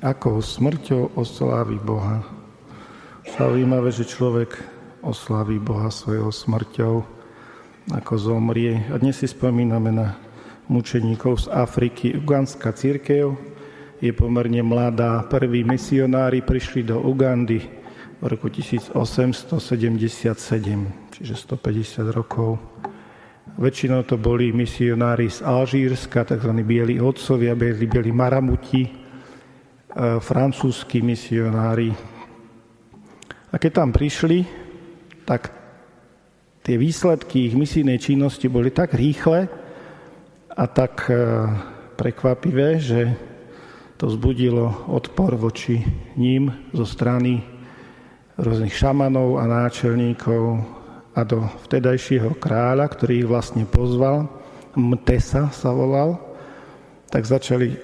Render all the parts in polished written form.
Ako smrťou oslávi Boha. Zaujímavé, že človek oslávi Boha svojou smrťou, ako zomrie. A dnes si spomíname na mučeníkov z Afriky. Ugandská cirkev je pomerne mladá. Prví misionári prišli do Ugandy v roku 1877, čiže 150 rokov. Väčšinou to boli misionári z Alžírska, tzv. Bieli otcovia, bieli maramuti, francúzski misionári. A keď tam prišli, tak tie výsledky ich misijnej činnosti boli tak rýchle a tak prekvapivé, že to vzbudilo odpor voči ním zo strany rôznych šamanov a náčelníkov a do vtedajšieho kráľa, ktorý ich vlastne pozval, Mtesa sa volal, tak začali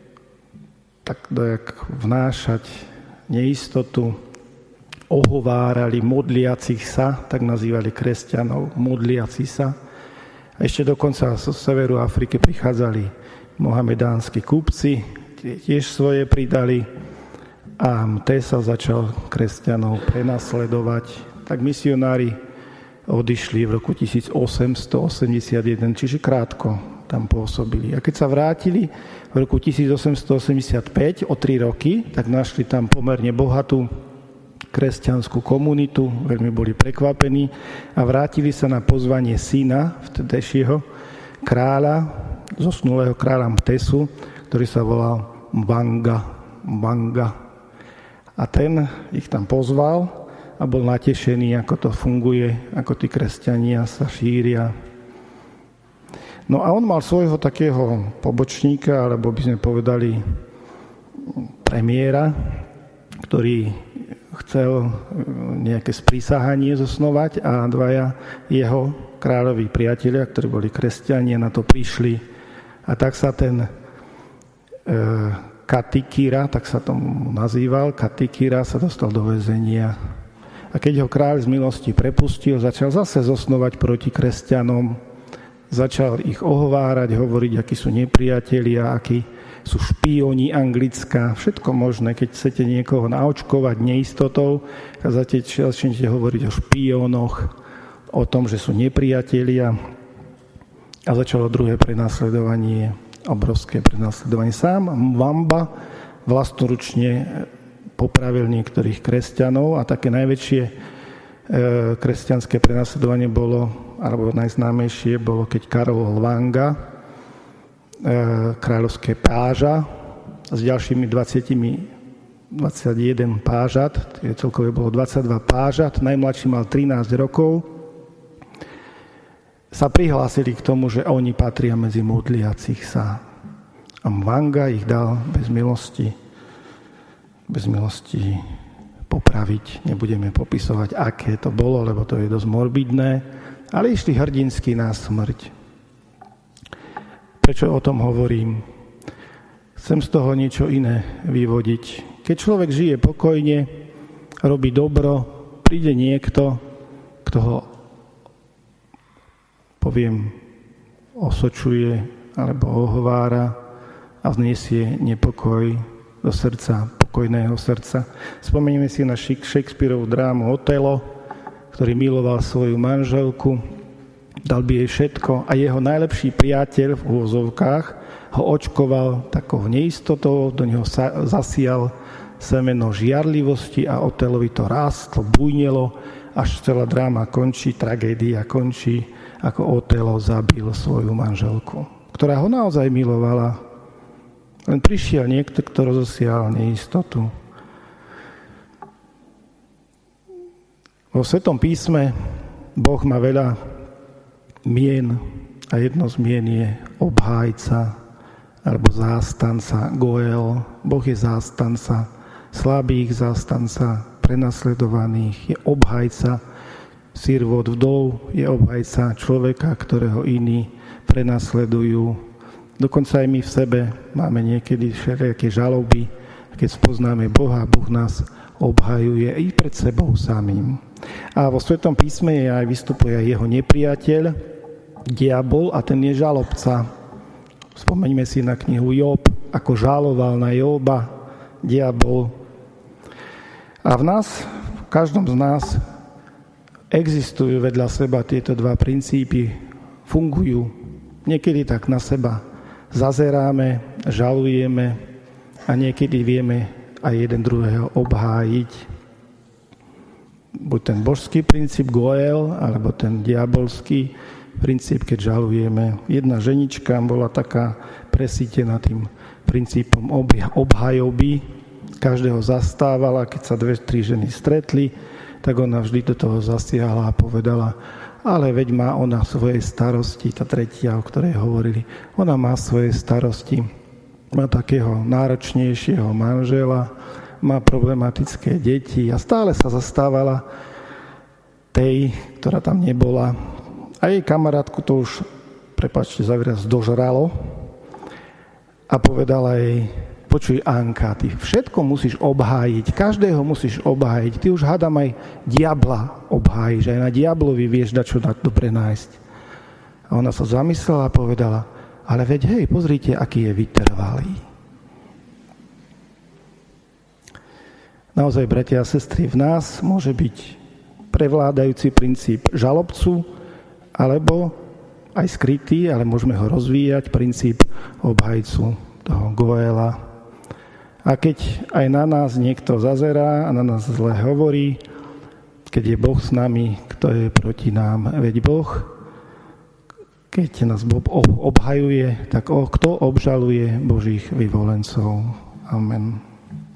tak dojak vnášať neistotu, ohovárali modliacich sa, tak nazývali kresťanov, modliaci sa. A ešte dokonca zo severu Afriky prichádzali mohamedánsky kupci, tiež svoje pridali a Mtesa začal kresťanov prenasledovať. Tak misionári odišli v roku 1881, čiže krátko tam pôsobili. A keď sa vrátili v roku 1885, o 3 roky, tak našli tam pomerne bohatú kresťanskú komunitu, veľmi boli prekvapení a vrátili sa na pozvanie syna vtedajšieho kráľa, zosnulého kráľa Mtesu, ktorý sa volal Mbanga. A ten ich tam pozval a bol natešený, ako to funguje, ako tí kresťania sa šíria. No a on mal svojho takého pobočníka, alebo by sme povedali premiéra, ktorý chcel nejaké sprísahanie zosnovať a dvaja jeho kráľoví priatelia, ktorí boli kresťania, na to prišli. A tak sa ten Katikira, tak sa tomu nazýval, Katikira sa dostal do väzenia. A keď ho kráľ z milosti prepustil, začal zase zosnovať proti kresťanom, začal ich ohovárať, hovoriť, akí sú nepriatelia, akí sú špióni Anglická, všetko možné. Keď chcete niekoho naočkovať neistotou, začnete hovoriť o špiónoch, o tom, že sú nepriatelia. A začalo druhé prenasledovanie, obrovské prenasledovanie. Sám Mwamba vlastnoručne popravil niektorých kresťanov a také najväčšie kresťanské prenasledovanie bolo, alebo najznámejšie bolo, keď Karol Lwanga, kráľovské páža s ďalšími 21 pážat, celkové bolo 22 pážat, najmladší mal 13 rokov, sa prihlásili k tomu, že oni patria medzi modliacich sa. A Mwanga ich dal bez milosti popraviť. Nebudeme popisovať, aké to bolo, lebo to je dosť morbidné, ale išli hrdinsky na smrť. Prečo o tom hovorím? Chcem z toho niečo iné vyvodiť. Keď človek žije pokojne, robí dobro, príde niekto, kto ho, poviem, osočuje alebo ohovára a vniesie nepokoj do srdca, pokojného srdca. Spomenieme si na Shakespearovú drámu Otelo, ktorý miloval svoju manželku, dal by jej všetko a jeho najlepší priateľ v úvozovkách ho očkoval takou neistotou, do neho zasial semeno žiarlivosti a Otelovi to rástlo, bujnelo, až celá dráma končí, tragédia končí, ako Otelo zabil svoju manželku, ktorá ho naozaj milovala. Len prišiel niekto, kto rozosial neistotu. Vo Svetom písme Boh má veľa mien a jedno z mien je obhájca alebo zástanca, Goel. Boh je zástanca slabých, zástanca prenasledovaných, je obhajca sirvot, vdov, je obhajca človeka, ktorého iní prenasledujú. Dokonca aj my v sebe máme niekedy všelijaké žaloby, keď spoznáme Boha, Boh nás obhajuje i pred sebou samým. A vo Svetom písme aj vystupuje jeho nepriateľ, diabol, a ten je žalobca. Spomeňme si na knihu Job, ako žaloval na Joba, diabol. A v každom z nás existujú vedľa seba tieto dva princípy, fungujú. Niekedy tak na seba zazeráme, žalujeme a niekedy vieme aj jeden druhého obhájiť. Buď ten božský princíp Goel, alebo ten diabolský princíp, keď žalujeme. Jedna ženička bola taká presítená tým princípom obhajoby. Každého zastávala, keď sa 2-3 ženy stretli, tak ona vždy do toho zasiahla a povedala, ale veď má ona svoje starosti, tá tretia, o ktorej hovorili. Ona má svoje starosti, má takého náročnejšieho manžela, má problematické deti a stále sa zastávala tej, ktorá tam nebola. A jej kamarátku to už, prepáčte za výraz, dožralo a povedala jej, počuj Anka, ty všetko musíš obhájiť, každého musíš obhájiť, ty už hádam aj diabla obhájiš, aj na diablovi vieš dať čo dobre nájsť. A ona sa zamyslela a povedala, ale veď hej, pozrite, aký je vytrvalý. Naozaj, bratia a sestry, v nás môže byť prevládajúci princíp žalobcu, alebo aj skrytý, ale môžeme ho rozvíjať, princíp obhajcu toho Goela. A keď aj na nás niekto zazerá a na nás zle hovorí, keď je Boh s nami, kto je proti nám? Veď Boh, keď nás Boh obhajuje, tak kto obžaluje Božích vyvolencov? Amen.